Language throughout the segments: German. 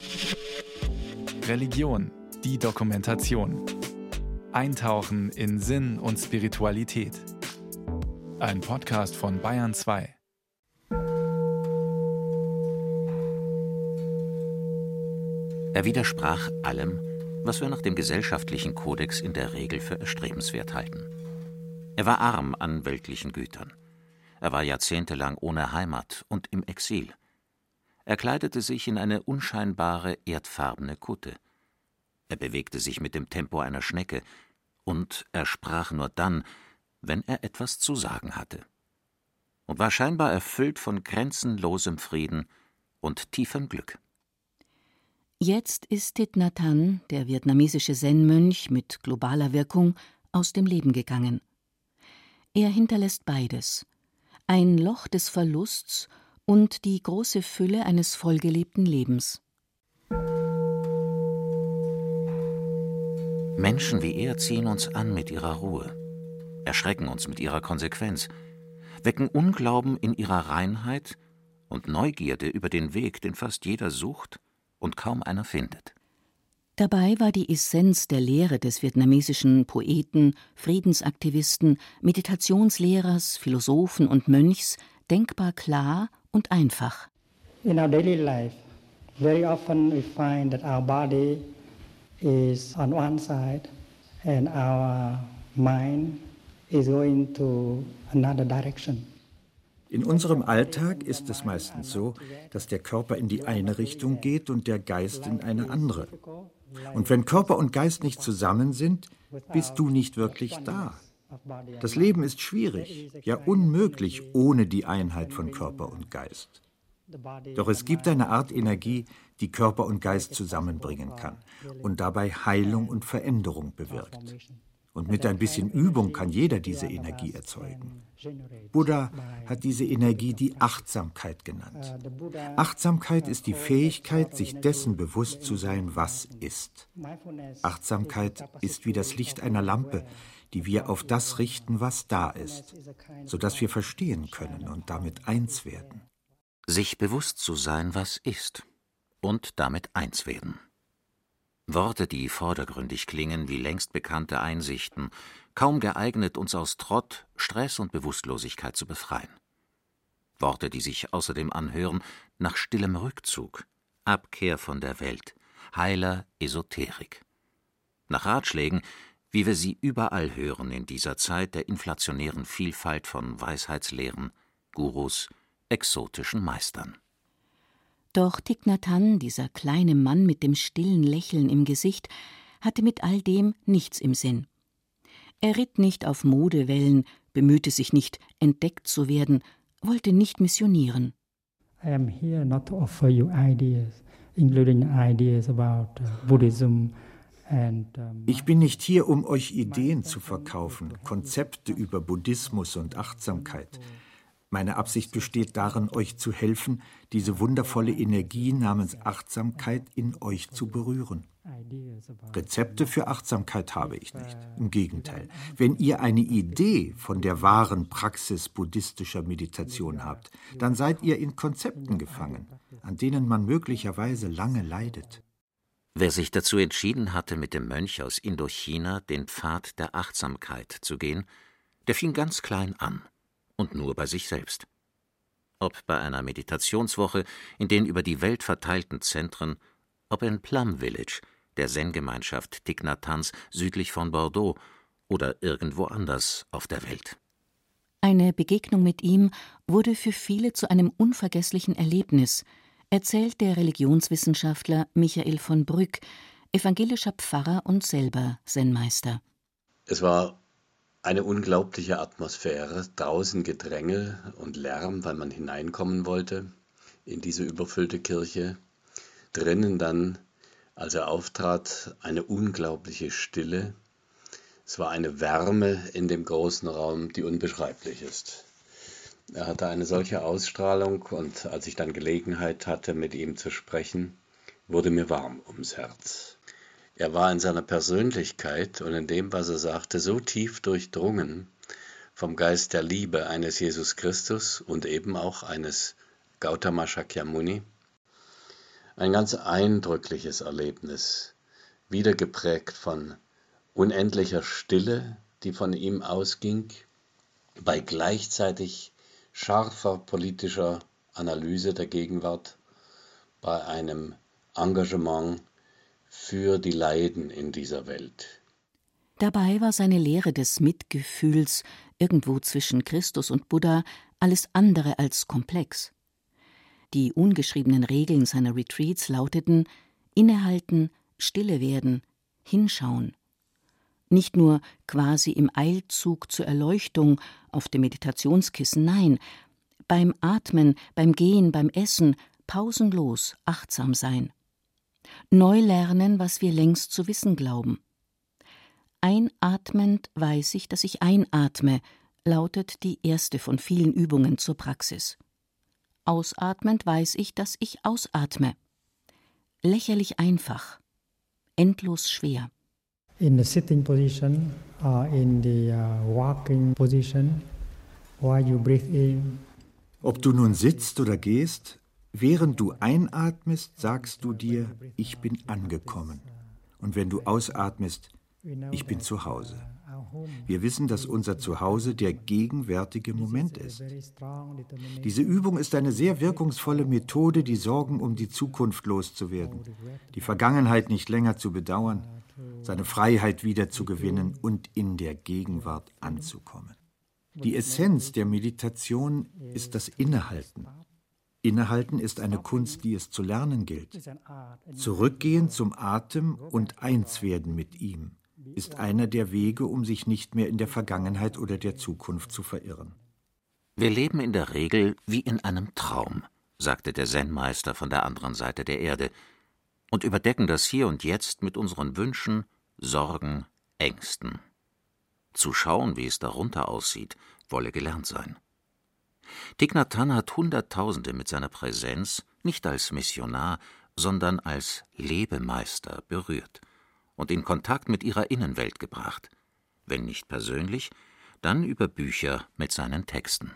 Religion, die Dokumentation. Eintauchen in Sinn und Spiritualität. Ein Podcast von Bayern 2. Er widersprach allem, was wir nach dem gesellschaftlichen Kodex in der Regel für erstrebenswert halten. Er war arm an weltlichen Gütern. Er war jahrzehntelang ohne Heimat und im Exil. Er kleidete sich in eine unscheinbare, erdfarbene Kutte. Er bewegte sich mit dem Tempo einer Schnecke, und er sprach nur dann, wenn er etwas zu sagen hatte. Und war scheinbar erfüllt von grenzenlosem Frieden und tiefem Glück. Jetzt ist Thich Nhat Hanh, der vietnamesische Zen-Mönch mit globaler Wirkung, aus dem Leben gegangen. Er hinterlässt beides: ein Loch des Verlusts und die große Fülle eines vollgelebten Lebens. Menschen wie er ziehen uns an mit ihrer Ruhe, erschrecken uns mit ihrer Konsequenz, wecken Unglauben in ihrer Reinheit und Neugierde über den Weg, den fast jeder sucht und kaum einer findet. Dabei war die Essenz der Lehre des vietnamesischen Poeten, Friedensaktivisten, Meditationslehrers, Philosophen und Mönchs denkbar klar und einfach. In our daily life, very often we find that our body is on one side and our mind is going to another direction. In unserem Alltag ist es meistens so, dass der Körper in die eine Richtung geht und der Geist in eine andere. Und wenn Körper und Geist nicht zusammen sind, bist du nicht wirklich da. Das Leben ist schwierig, ja unmöglich ohne die Einheit von Körper und Geist. Doch es gibt eine Art Energie, die Körper und Geist zusammenbringen kann und dabei Heilung und Veränderung bewirkt. Und mit ein bisschen Übung kann jeder diese Energie erzeugen. Buddha hat diese Energie die Achtsamkeit genannt. Achtsamkeit ist die Fähigkeit, sich dessen bewusst zu sein, was ist. Achtsamkeit ist wie das Licht einer Lampe, die wir auf das richten, was da ist, sodass wir verstehen können und damit eins werden. Sich bewusst zu sein, was ist, und damit eins werden. Worte, die vordergründig klingen wie längst bekannte Einsichten, kaum geeignet, uns aus Trott, Stress und Bewusstlosigkeit zu befreien. Worte, die sich außerdem anhören nach stillem Rückzug, Abkehr von der Welt, heiler Esoterik. Nach Ratschlägen, wie wir sie überall hören in dieser Zeit der inflationären Vielfalt von Weisheitslehren, Gurus, exotischen Meistern. Doch Thich Nhat Hanh, dieser kleine Mann mit dem stillen Lächeln im Gesicht, hatte mit all dem nichts im Sinn. Er ritt nicht auf Modewellen, bemühte sich nicht, entdeckt zu werden, wollte nicht missionieren. I am here not to offer you ideas, including ideas about Buddhism. Ich bin nicht hier, um euch Ideen zu verkaufen, Konzepte über Buddhismus und Achtsamkeit. Meine Absicht besteht darin, euch zu helfen, diese wundervolle Energie namens Achtsamkeit in euch zu berühren. Rezepte für Achtsamkeit habe ich nicht. Im Gegenteil, wenn ihr eine Idee von der wahren Praxis buddhistischer Meditation habt, dann seid ihr in Konzepten gefangen, an denen man möglicherweise lange leidet. Wer sich dazu entschieden hatte, mit dem Mönch aus Indochina den Pfad der Achtsamkeit zu gehen, der fing ganz klein an. Und nur bei sich selbst. Ob bei einer Meditationswoche in den über die Welt verteilten Zentren, ob in Plum Village, der Zen-Gemeinschaft Thich Nhat Hanhs südlich von Bordeaux oder irgendwo anders auf der Welt. Eine Begegnung mit ihm wurde für viele zu einem unvergesslichen Erlebnis, erzählt der Religionswissenschaftler Michael von Brück, evangelischer Pfarrer und selber Zen-Meister. Es war eine unglaubliche Atmosphäre, draußen Gedränge und Lärm, weil man hineinkommen wollte in diese überfüllte Kirche. Drinnen dann, als er auftrat, eine unglaubliche Stille. Es war eine Wärme in dem großen Raum, die unbeschreiblich ist. Er hatte eine solche Ausstrahlung und als ich dann Gelegenheit hatte, mit ihm zu sprechen, wurde mir warm ums Herz. Er war in seiner Persönlichkeit und in dem, was er sagte, so tief durchdrungen vom Geist der Liebe eines Jesus Christus und eben auch eines Gautama Shakyamuni, Ein ganz eindrückliches Erlebnis, wieder geprägt von unendlicher Stille, die von ihm ausging, bei gleichzeitig scharfer politischer Analyse der Gegenwart, bei einem Engagement für die Leiden in dieser Welt. Dabei war seine Lehre des Mitgefühls irgendwo zwischen Christus und Buddha alles andere als komplex. Die ungeschriebenen Regeln seiner Retreats lauteten: innehalten, stille werden, hinschauen. Nicht nur quasi im Eilzug zur Erleuchtung auf dem Meditationskissen, nein, beim Atmen, beim Gehen, beim Essen, pausenlos achtsam sein. Neu lernen, was wir längst zu wissen glauben. Einatmend weiß ich, dass ich einatme, lautet die erste von vielen Übungen zur Praxis. Ausatmend weiß ich, dass ich ausatme. Lächerlich einfach, endlos schwer. In the sitting position or in the walking position, while you breathe in. Ob du nun sitzt oder gehst, während du einatmest, sagst du dir, ich bin angekommen. Und wenn du ausatmest, ich bin zu Hause. Wir wissen, dass unser Zuhause der gegenwärtige Moment ist. Diese Übung ist eine sehr wirkungsvolle Methode, die Sorgen um die Zukunft loszuwerden, die Vergangenheit nicht länger zu bedauern, seine Freiheit wiederzugewinnen und in der Gegenwart anzukommen. Die Essenz der Meditation ist das Innehalten. Innehalten ist eine Kunst, die es zu lernen gilt. Zurückgehen zum Atem und eins werden mit ihm ist einer der Wege, um sich nicht mehr in der Vergangenheit oder der Zukunft zu verirren. Wir leben in der Regel wie in einem Traum, sagte der Zen-Meister von der anderen Seite der Erde, und überdecken das Hier und Jetzt mit unseren Wünschen, Sorgen, Ängsten. Zu schauen, wie es darunter aussieht, wolle gelernt sein. Thich Nhat Hanh hat Hunderttausende mit seiner Präsenz nicht als Missionar, sondern als Lebemeister berührt und in Kontakt mit ihrer Innenwelt gebracht, wenn nicht persönlich, dann über Bücher mit seinen Texten.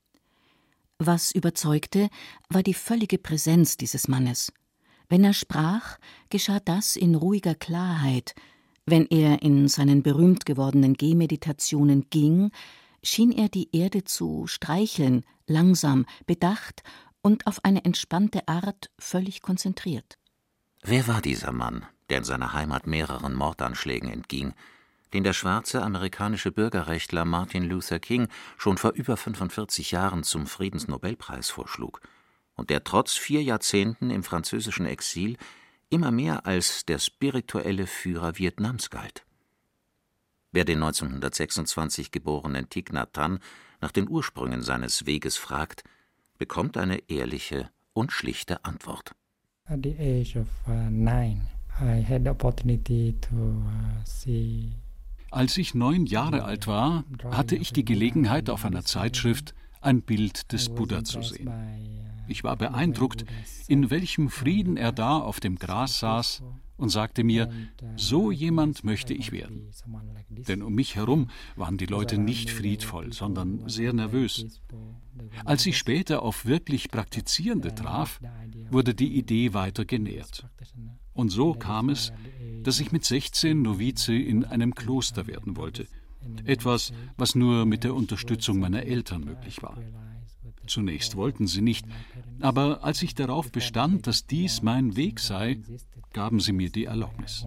Was überzeugte, war die völlige Präsenz dieses Mannes. Wenn er sprach, geschah das in ruhiger Klarheit. Wenn er in seinen berühmt gewordenen Gehmeditationen ging, schien er die Erde zu streicheln, langsam, bedacht und auf eine entspannte Art völlig konzentriert. Wer war dieser Mann, der in seiner Heimat mehreren Mordanschlägen entging, den der schwarze amerikanische Bürgerrechtler Martin Luther King schon vor über 45 Jahren zum Friedensnobelpreis vorschlug und der trotz 4 Jahrzehnten im französischen Exil immer mehr als der spirituelle Führer Vietnams galt? Wer den 1926 geborenen Thich Nhat Hanh nach den Ursprüngen seines Weges fragt, bekommt eine ehrliche und schlichte Antwort. At the age of 9, I had the opportunity to see. Als ich 9 Jahre alt war, hatte ich die Gelegenheit, auf einer Zeitschrift ein Bild des Buddha zu sehen. Ich war beeindruckt, in welchem Frieden er da auf dem Gras saß und sagte mir, so jemand möchte ich werden. Denn um mich herum waren die Leute nicht friedvoll, sondern sehr nervös. Als ich später auf wirklich Praktizierende traf, wurde die Idee weiter genährt. Und so kam es, dass ich mit 16 Novize in einem Kloster werden wollte. Etwas, was nur mit der Unterstützung meiner Eltern möglich war. Zunächst wollten sie nicht, aber als ich darauf bestand, dass dies mein Weg sei, gaben sie mir die Erlaubnis.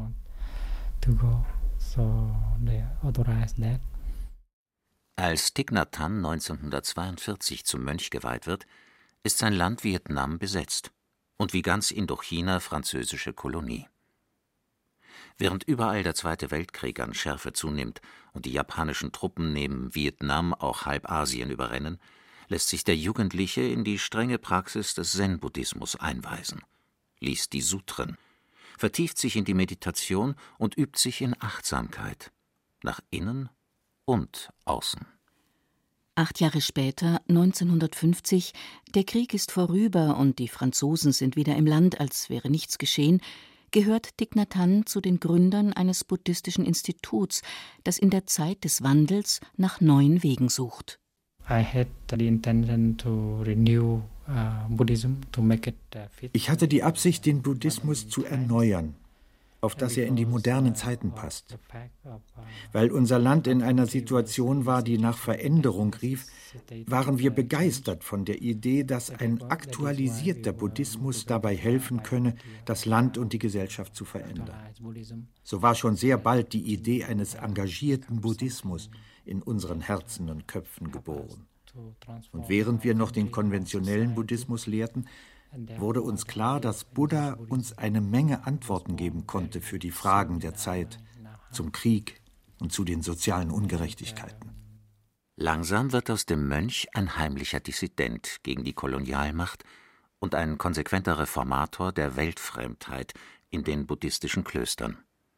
Als Thich Nhat Hanh 1942 zum Mönch geweiht wird, ist sein Land Vietnam besetzt und wie ganz Indochina französische Kolonie. Während überall der Zweite Weltkrieg an Schärfe zunimmt und die japanischen Truppen neben Vietnam auch halb Asien überrennen, lässt sich der Jugendliche in die strenge Praxis des Zen-Buddhismus einweisen, liest die Sutren, vertieft sich in die Meditation und übt sich in Achtsamkeit, nach innen und außen. 8 Jahre später, 1950, der Krieg ist vorüber und die Franzosen sind wieder im Land, als wäre nichts geschehen, gehört Thich Nhat Hanh zu den Gründern eines buddhistischen Instituts, das in der Zeit des Wandels nach neuen Wegen sucht. I had the intention to renew Ich hatte die Absicht, den Buddhismus zu erneuern, auf dass er in die modernen Zeiten passt. Weil unser Land in einer Situation war, die nach Veränderung rief, waren wir begeistert von der Idee, dass ein aktualisierter Buddhismus dabei helfen könne, das Land und die Gesellschaft zu verändern. So war schon sehr bald die Idee eines engagierten Buddhismus in unseren Herzen und Köpfen geboren. Und während wir noch den konventionellen Buddhismus lehrten, wurde uns klar, dass Buddha uns eine Menge Antworten geben konnte für die Fragen der Zeit, zum Krieg und zu den sozialen Ungerechtigkeiten. Langsam wird aus dem Mönch ein heimlicher Dissident gegen die Kolonialmacht und ein konsequenter Reformator der Weltfremdheit in den buddhistischen Klöstern.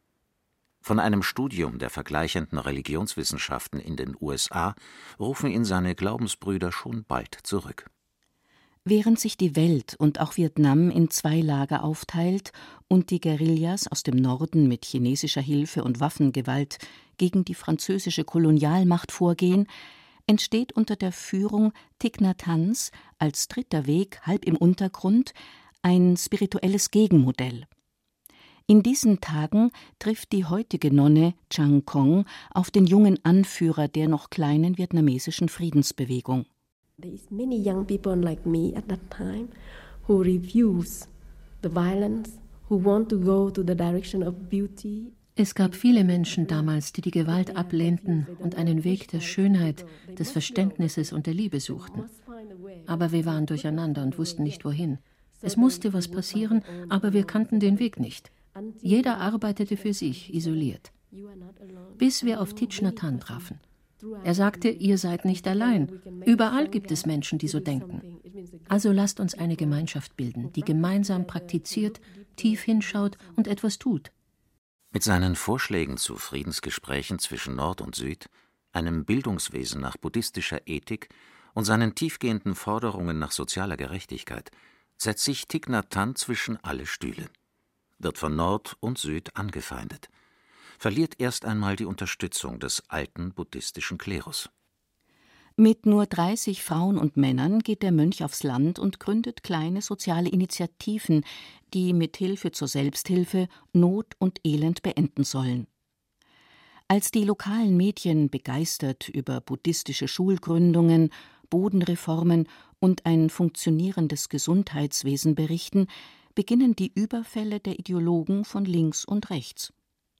Von einem Studium der vergleichenden Religionswissenschaften in den USA rufen ihn seine Glaubensbrüder schon bald zurück. Während sich die Welt und auch Vietnam in zwei Lager aufteilt und die Guerillas aus dem Norden mit chinesischer Hilfe und Waffengewalt gegen die französische Kolonialmacht vorgehen, entsteht unter der Führung Thich Nhat Hanhs als dritter Weg halb im Untergrund ein spirituelles Gegenmodell. In diesen Tagen trifft die heutige Nonne Chang Kong auf den jungen Anführer der noch kleinen vietnamesischen Friedensbewegung. There is many young people like me at that time who refuse the violence, who want to go to the direction of beauty. Es gab viele Menschen damals, die die Gewalt ablehnten und einen Weg der Schönheit, des Verständnisses und der Liebe suchten. Aber wir waren durcheinander und wussten nicht, wohin. Es musste was passieren, aber wir kannten den Weg nicht. Jeder arbeitete für sich, isoliert. Bis wir auf Thich Nhat Hanh trafen. Er sagte, ihr seid nicht allein. Überall gibt es Menschen, die so denken. Also lasst uns eine Gemeinschaft bilden, die gemeinsam praktiziert, tief hinschaut und etwas tut. Mit seinen Vorschlägen zu Friedensgesprächen zwischen Nord und Süd, einem Bildungswesen nach buddhistischer Ethik und seinen tiefgehenden Forderungen nach sozialer Gerechtigkeit setzt sich Thich Nhat Hanh zwischen alle Stühle, wird von Nord und Süd angefeindet, verliert erst einmal die Unterstützung des alten buddhistischen Klerus. Mit nur 30 Frauen und Männern geht der Mönch aufs Land und gründet kleine soziale Initiativen, die mit Hilfe zur Selbsthilfe Not und Elend beenden sollen. Als die lokalen Medien begeistert über buddhistische Schulgründungen, Bodenreformen und ein funktionierendes Gesundheitswesen berichten, beginnen die Überfälle der Ideologen von links und rechts.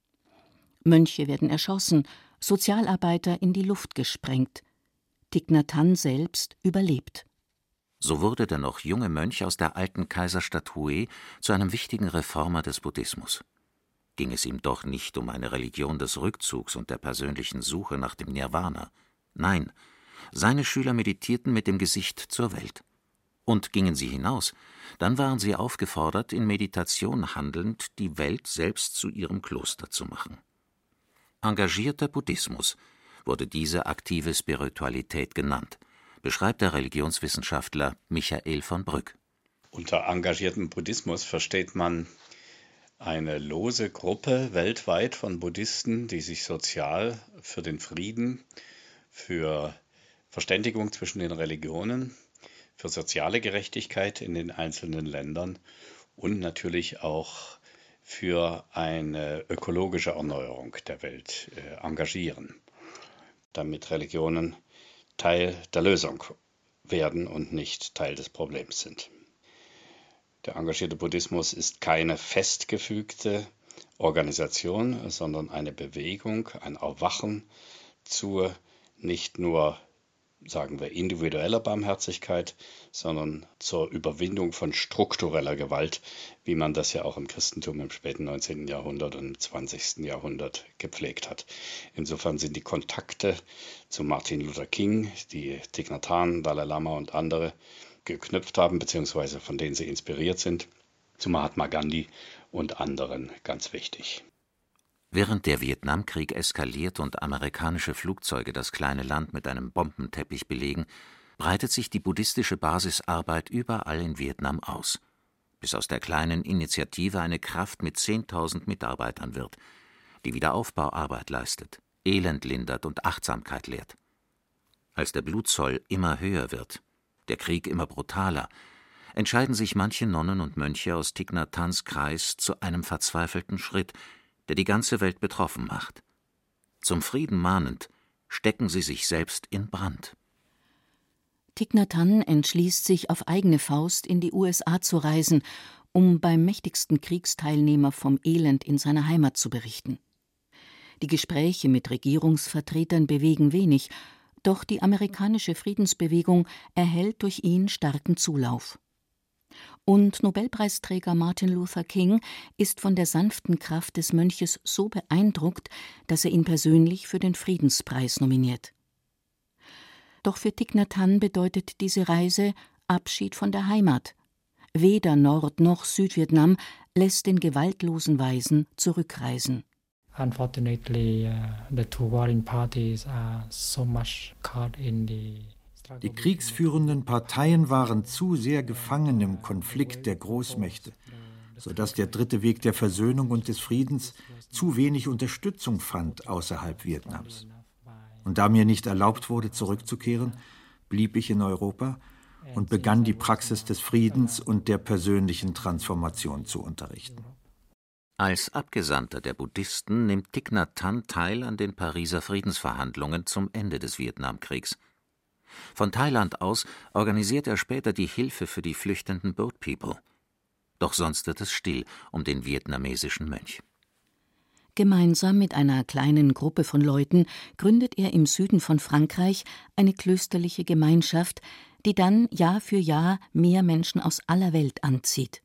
Mönche werden erschossen, Sozialarbeiter in die Luft gesprengt. Thich Nhat Hanh selbst überlebt. So wurde der noch junge Mönch aus der alten Kaiserstadt Hue zu einem wichtigen Reformer des Buddhismus. Ging es ihm doch nicht um eine Religion des Rückzugs und der persönlichen Suche nach dem Nirvana. Nein, seine Schüler meditierten mit dem Gesicht zur Welt. Und gingen sie hinaus, dann waren sie aufgefordert, in Meditation handelnd die Welt selbst zu ihrem Kloster zu machen. Engagierter Buddhismus wurde diese aktive Spiritualität genannt, beschreibt der Religionswissenschaftler Michael von Brück. Unter engagiertem Buddhismus versteht man eine lose Gruppe weltweit von Buddhisten, die sich sozial für den Frieden, für Verständigung zwischen den Religionen, für soziale Gerechtigkeit in den einzelnen Ländern und natürlich auch für eine ökologische Erneuerung der Welt engagieren, damit Religionen Teil der Lösung werden und nicht Teil des Problems sind. Der engagierte Buddhismus ist keine festgefügte Organisation, sondern eine Bewegung, ein Erwachen zu nicht nur, sagen wir, individueller Barmherzigkeit, sondern zur Überwindung von struktureller Gewalt, wie man das ja auch im Christentum im späten 19. Jahrhundert und im 20. Jahrhundert gepflegt hat. Insofern sind die Kontakte zu Martin Luther King, die Thich Nhat Hanh, Dalai Lama und andere geknüpft haben, beziehungsweise von denen sie inspiriert sind, zu Mahatma Gandhi und anderen ganz wichtig. Während der Vietnamkrieg eskaliert und amerikanische Flugzeuge das kleine Land mit einem Bombenteppich belegen, breitet sich die buddhistische Basisarbeit überall in Vietnam aus, bis aus der kleinen Initiative eine Kraft mit 10.000 Mitarbeitern wird, die Wiederaufbauarbeit leistet, Elend lindert und Achtsamkeit lehrt. Als der Blutzoll immer höher wird, der Krieg immer brutaler, entscheiden sich manche Nonnen und Mönche aus Thich Nhat Hanhs Kreis zu einem verzweifelten Schritt, der die ganze Welt betroffen macht. Zum Frieden mahnend, stecken sie sich selbst in Brand. Thich Nhat Hanh entschließt sich, auf eigene Faust in die USA zu reisen, um beim mächtigsten Kriegsteilnehmer vom Elend in seiner Heimat zu berichten. Die Gespräche mit Regierungsvertretern bewegen wenig, doch die amerikanische Friedensbewegung erhält durch ihn starken Zulauf. Und Nobelpreisträger Martin Luther King ist von der sanften Kraft des Mönches so beeindruckt, dass er ihn persönlich für den Friedenspreis nominiert. Doch für Thich Nhat Hanh bedeutet diese Reise Abschied von der Heimat. Weder Nord- noch Südvietnam lässt den gewaltlosen Weisen zurückreisen. Unfortunately, the two warring parties are so much caught in the. Die kriegsführenden Parteien waren zu sehr gefangen im Konflikt der Großmächte, sodass der dritte Weg der Versöhnung und des Friedens zu wenig Unterstützung fand außerhalb Vietnams. Und da mir nicht erlaubt wurde, zurückzukehren, blieb ich in Europa und begann die Praxis des Friedens und der persönlichen Transformation zu unterrichten. Als Abgesandter der Buddhisten nimmt Thich Nhat Hanh teil an den Pariser Friedensverhandlungen zum Ende des Vietnamkriegs. Von Thailand aus organisiert er später die Hilfe für die flüchtenden Boat People. Doch sonst wird es still um den vietnamesischen Mönch. Gemeinsam mit einer kleinen Gruppe von Leuten gründet er im Süden von Frankreich eine klösterliche Gemeinschaft, die dann Jahr für Jahr mehr Menschen aus aller Welt anzieht.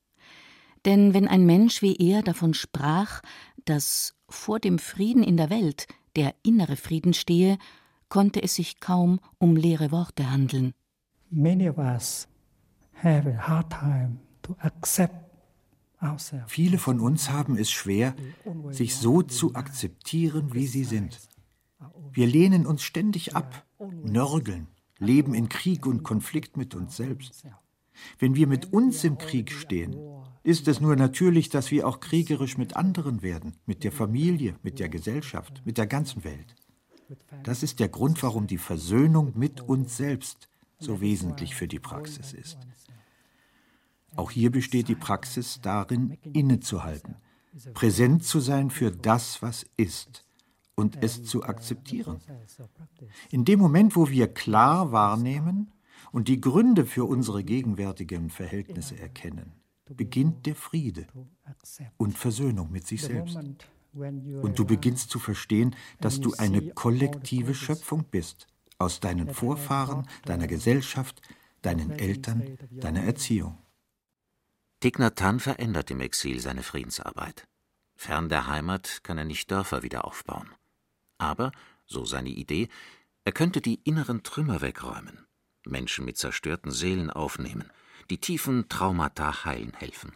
Denn wenn ein Mensch wie er davon sprach, dass vor dem Frieden in der Welt der innere Frieden stehe, konnte es sich kaum um leere Worte handeln. Many of us have a hard time to accept ourselves. Viele von uns haben es schwer, sich so zu akzeptieren, wie sie sind. Wir lehnen uns ständig ab, nörgeln, leben in Krieg und Konflikt mit uns selbst. Wenn wir mit uns im Krieg stehen, ist es nur natürlich, dass wir auch kriegerisch mit anderen werden, mit der Familie, mit der Gesellschaft, mit der ganzen Welt. Das ist der Grund, warum die Versöhnung mit uns selbst so wesentlich für die Praxis ist. Auch hier besteht die Praxis darin, innezuhalten, präsent zu sein für das, was ist und es zu akzeptieren. In dem Moment, wo wir klar wahrnehmen und die Gründe für unsere gegenwärtigen Verhältnisse erkennen, beginnt der Friede und Versöhnung mit sich selbst. Und du beginnst zu verstehen, dass du eine kollektive Schöpfung bist, aus deinen Vorfahren, deiner Gesellschaft, deinen Eltern, deiner Erziehung. Thich Nhat Hanh verändert im Exil seine Friedensarbeit. Fern der Heimat kann er nicht Dörfer wieder aufbauen. Aber, so seine Idee, er könnte die inneren Trümmer wegräumen, Menschen mit zerstörten Seelen aufnehmen, die tiefen Traumata heilen helfen.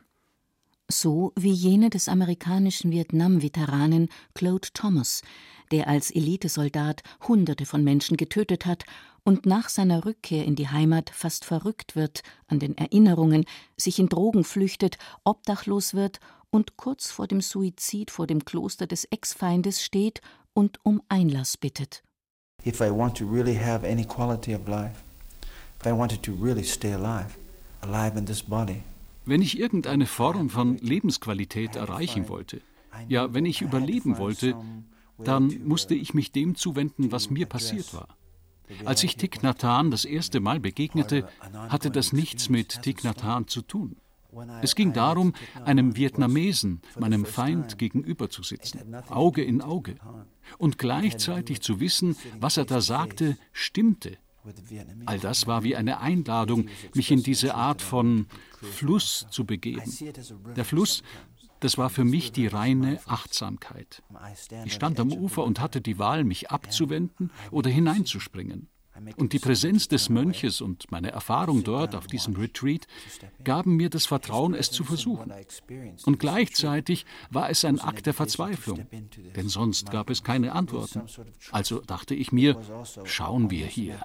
So wie jene des amerikanischen Vietnam-Veteranen Claude Thomas, der als Elitesoldat Hunderte von Menschen getötet hat und nach seiner Rückkehr in die Heimat fast verrückt wird an den Erinnerungen, sich in Drogen flüchtet, obdachlos wird und kurz vor dem Suizid vor dem Kloster des Ex-Feindes steht und um Einlass bittet. If I want to really have any quality of life, if I wanted to really stay alive in this body. Wenn ich irgendeine Form von Lebensqualität erreichen wollte, ja, wenn ich überleben wollte, dann musste ich mich dem zuwenden, was mir passiert war. Als ich Thich Nhat Hanh das erste Mal begegnete, hatte das nichts mit Thich Nhat Hanh zu tun. Es ging darum, einem Vietnamesen, meinem Feind, gegenüber zu sitzen, Auge in Auge, und gleichzeitig zu wissen, was er da sagte, stimmte. All das war wie eine Einladung, mich in diese Art von Fluss zu begeben. Der Fluss, das war für mich die reine Achtsamkeit. Ich stand am Ufer und hatte die Wahl, mich abzuwenden oder hineinzuspringen. Und die Präsenz des Mönches und meine Erfahrung dort auf diesem Retreat gaben mir das Vertrauen, es zu versuchen. Und gleichzeitig war es einAkt der Verzweiflung, denn sonst gab es keine Antworten. Also dachte ich mir, schauen wir hier.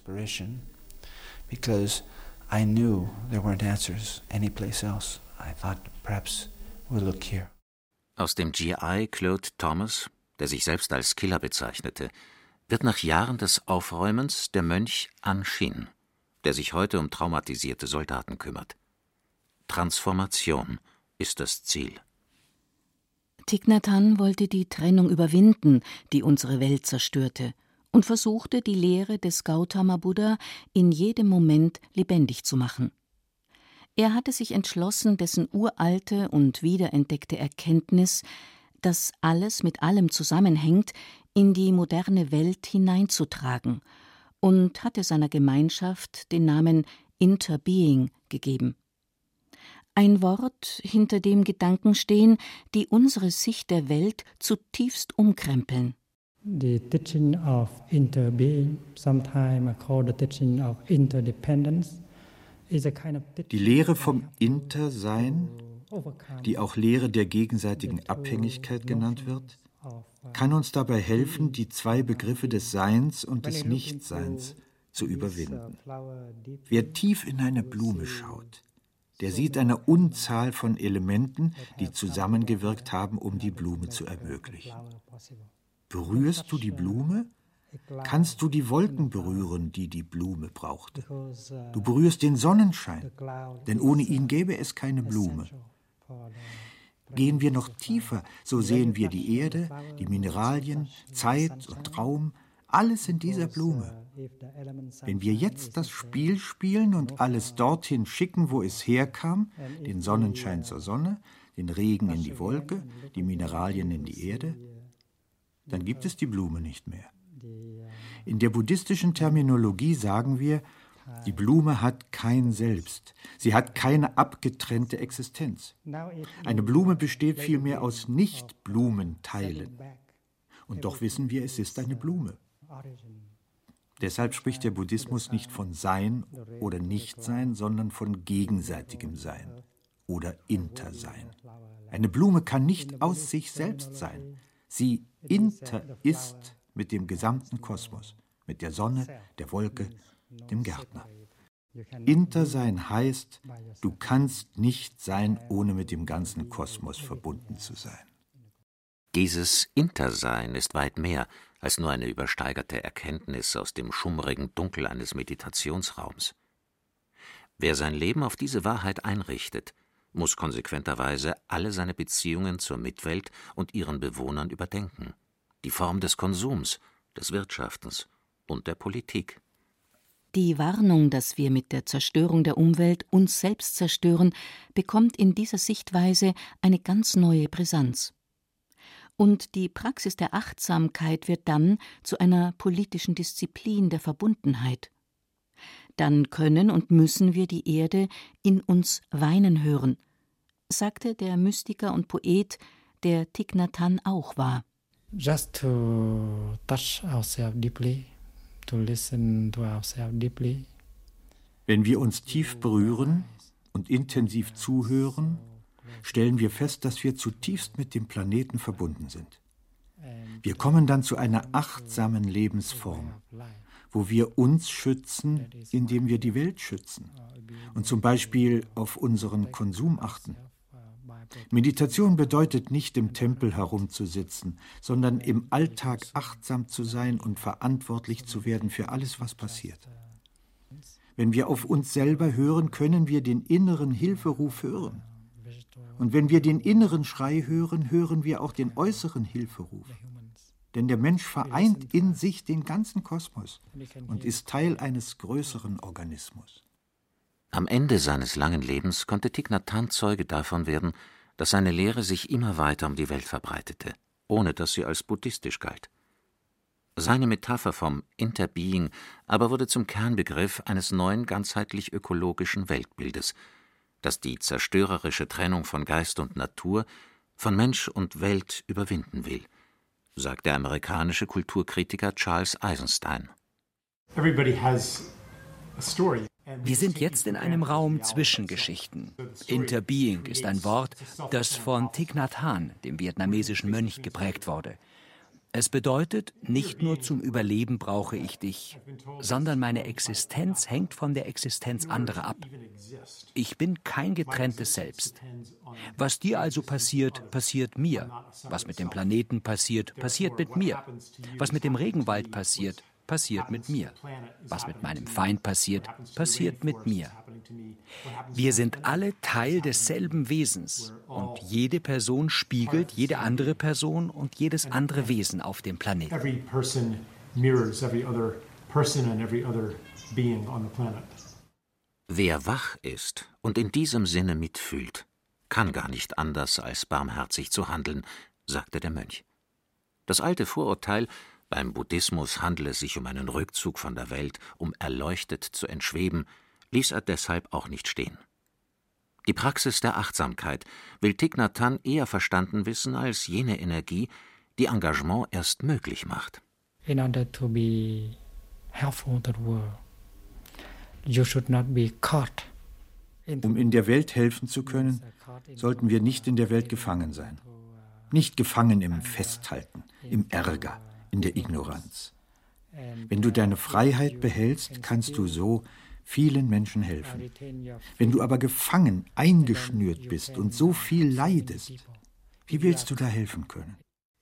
Because I knew there weren't answers anyplace else. I thought perhaps we'll look here. Aus dem GI Claude Thomas, der sich selbst als Killer bezeichnete, wird nach Jahren des Aufräumens der Mönch An Shin, der sich heute um traumatisierte Soldaten kümmert. Transformation ist das Ziel. Thich Nhat Hanh wollte die Trennung überwinden, die unsere Welt zerstörte, und versuchte, die Lehre des Gautama Buddha in jedem Moment lebendig zu machen. Er hatte sich entschlossen, dessen uralte und wiederentdeckte Erkenntnis, dass alles mit allem zusammenhängt, in die moderne Welt hineinzutragen, und hatte seiner Gemeinschaft den Namen Interbeing gegeben. Ein Wort, hinter dem Gedanken stehen, die unsere Sicht der Welt zutiefst umkrempeln. The teaching of interbeing, sometimes called the teaching of interdependence, is a kind of teaching. Die Lehre vom Intersein, die auch Lehre der gegenseitigen Abhängigkeit genannt wird, kann uns dabei helfen, die zwei Begriffe des Seins und des Nichtseins zu überwinden. Wer tief in eine Blume schaut, der sieht eine Unzahl von Elementen, die zusammengewirkt haben, um die Blume zu ermöglichen. Berührst du die Blume, kannst du die Wolken berühren, die die Blume brauchte. Du berührst den Sonnenschein, denn ohne ihn gäbe es keine Blume. Gehen wir noch tiefer, so sehen wir die Erde, die Mineralien, Zeit und Raum, alles in dieser Blume. Wenn wir jetzt das Spiel spielen und alles dorthin schicken, wo es herkam, den Sonnenschein zur Sonne, den Regen in die Wolke, die Mineralien in die Erde, dann gibt es die Blume nicht mehr. In der buddhistischen Terminologie sagen wir, die Blume hat kein Selbst. Sie hat keine abgetrennte Existenz. Eine Blume besteht vielmehr aus Nicht-Blumenteilen. Und doch wissen wir, es ist eine Blume. Deshalb spricht der Buddhismus nicht von Sein oder Nichtsein, sondern von gegenseitigem Sein oder Intersein. Eine Blume kann nicht aus sich selbst sein. Sie ist mit dem gesamten Kosmos, mit der Sonne, der Wolke, dem Gärtner. Intersein heißt, du kannst nicht sein, ohne mit dem ganzen Kosmos verbunden zu sein. Dieses Intersein ist weit mehr als nur eine übersteigerte Erkenntnis aus dem schummrigen Dunkel eines Meditationsraums. Wer sein Leben auf diese Wahrheit einrichtet, muss konsequenterweise alle seine Beziehungen zur Mitwelt und ihren Bewohnern überdenken. Die Form des Konsums, des Wirtschaftens und der Politik. Die Warnung, dass wir mit der Zerstörung der Umwelt uns selbst zerstören, bekommt in dieser Sichtweise eine ganz neue Brisanz. Und die Praxis der Achtsamkeit wird dann zu einer politischen Disziplin der Verbundenheit. Dann können und müssen wir die Erde in uns weinen hören, sagte der Mystiker und Poet, der Thich Nhat Hanh auch war. Just to touch ourselves deeply, to listen to ourselves deeply. Wenn wir uns tief berühren und intensiv zuhören, stellen wir fest, dass wir zutiefst mit dem Planeten verbunden sind. Wir kommen dann zu einer achtsamen Lebensform, wo wir uns schützen, indem wir die Welt schützen und zum Beispiel auf unseren Konsum achten. Meditation bedeutet nicht, im Tempel herumzusitzen, sondern im Alltag achtsam zu sein und verantwortlich zu werden für alles, was passiert. Wenn wir auf uns selber hören, können wir den inneren Hilferuf hören. Und wenn wir den inneren Schrei hören, hören wir auch den äußeren Hilferuf. Denn der Mensch vereint in sich den ganzen Kosmos und ist Teil eines größeren Organismus. Am Ende seines langen Lebens konnte Thich Nhat Hanh Zeuge davon werden, dass seine Lehre sich immer weiter um die Welt verbreitete, ohne dass sie als buddhistisch galt. Seine Metapher vom Interbeing aber wurde zum Kernbegriff eines neuen ganzheitlich-ökologischen Weltbildes, das die zerstörerische Trennung von Geist und Natur, von Mensch und Welt überwinden will, sagt der amerikanische Kulturkritiker Charles Eisenstein. Wir sind jetzt in einem Raum zwischen Geschichten. Interbeing ist ein Wort, das von Thich Nhat Hanh, dem vietnamesischen Mönch, geprägt wurde. Es bedeutet, nicht nur zum Überleben brauche ich dich, sondern meine Existenz hängt von der Existenz anderer ab. Ich bin kein getrenntes Selbst. Was dir also passiert, passiert mir. Was mit dem Planeten passiert, passiert mit mir. Was mit dem Regenwald passiert, passiert mit mir. Was mit meinem Feind passiert, passiert mit mir. Wir sind alle Teil desselben Wesens und jede Person spiegelt jede andere Person und jedes andere Wesen auf dem Planeten. Wer wach ist und in diesem Sinne mitfühlt, kann gar nicht anders als barmherzig zu handeln, sagte der Mönch. Das alte Vorurteil, beim Buddhismus handele es sich um einen Rückzug von der Welt, um erleuchtet zu entschweben, ließ er deshalb auch nicht stehen. Die Praxis der Achtsamkeit will Thich Nhat Hanh eher verstanden wissen als jene Energie, die Engagement erst möglich macht. In order to be helpful to the world, you should not be caught. Um in der Welt helfen zu können, sollten wir nicht in der Welt gefangen sein. Nicht gefangen im Festhalten, im Ärger, in der Ignoranz. Wenn du deine Freiheit behältst, kannst du so vielen Menschen helfen. Wenn du aber gefangen, eingeschnürt bist und so viel leidest, wie willst du da helfen können?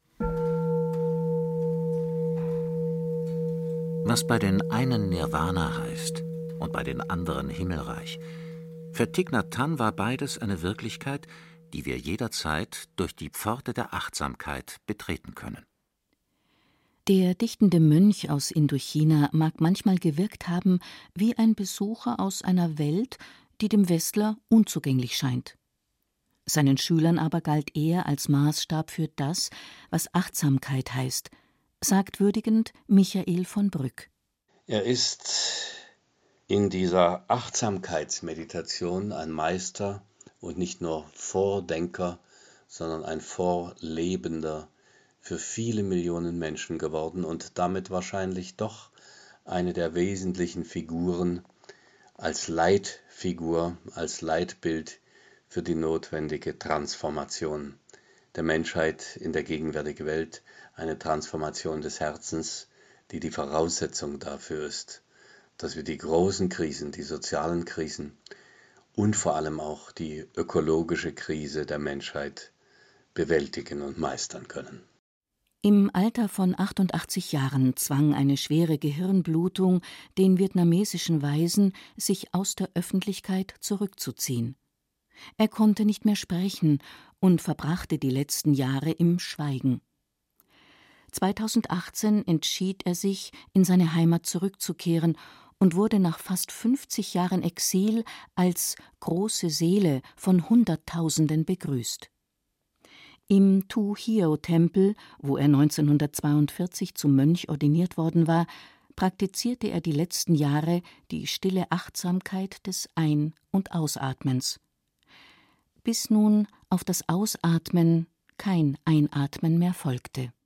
Was bei den einen Nirvana heißt und bei den anderen Himmelreich, für Thich Nhat Hanh war beides eine Wirklichkeit, die wir jederzeit durch die Pforte der Achtsamkeit betreten können. Der dichtende Mönch aus Indochina mag manchmal gewirkt haben wie ein Besucher aus einer Welt, die dem Westler unzugänglich scheint. Seinen Schülern aber galt er als Maßstab für das, was Achtsamkeit heißt, sagt würdigend Michael von Brück. Er ist in dieser Achtsamkeitsmeditation ein Meister und nicht nur Vordenker, sondern ein Vorlebender für viele Millionen Menschen geworden und damit wahrscheinlich doch eine der wesentlichen Figuren als Leitfigur, als Leitbild für die notwendige Transformation der Menschheit in der gegenwärtigen Welt, eine Transformation des Herzens, die die Voraussetzung dafür ist, dass wir die großen Krisen, die sozialen Krisen und vor allem auch die ökologische Krise der Menschheit bewältigen und meistern können. Im Alter von 88 Jahren zwang eine schwere Gehirnblutung den vietnamesischen Weisen, sich aus der Öffentlichkeit zurückzuziehen. Er konnte nicht mehr sprechen und verbrachte die letzten Jahre im Schweigen. 2018 entschied er sich, in seine Heimat zurückzukehren und wurde nach fast 50 Jahren Exil als große Seele von Hunderttausenden begrüßt. Im Tu Hio-Tempel, wo er 1942 zum Mönch ordiniert worden war, praktizierte er die letzten Jahre die stille Achtsamkeit des Ein- und Ausatmens. Bis nun auf das Ausatmen kein Einatmen mehr folgte.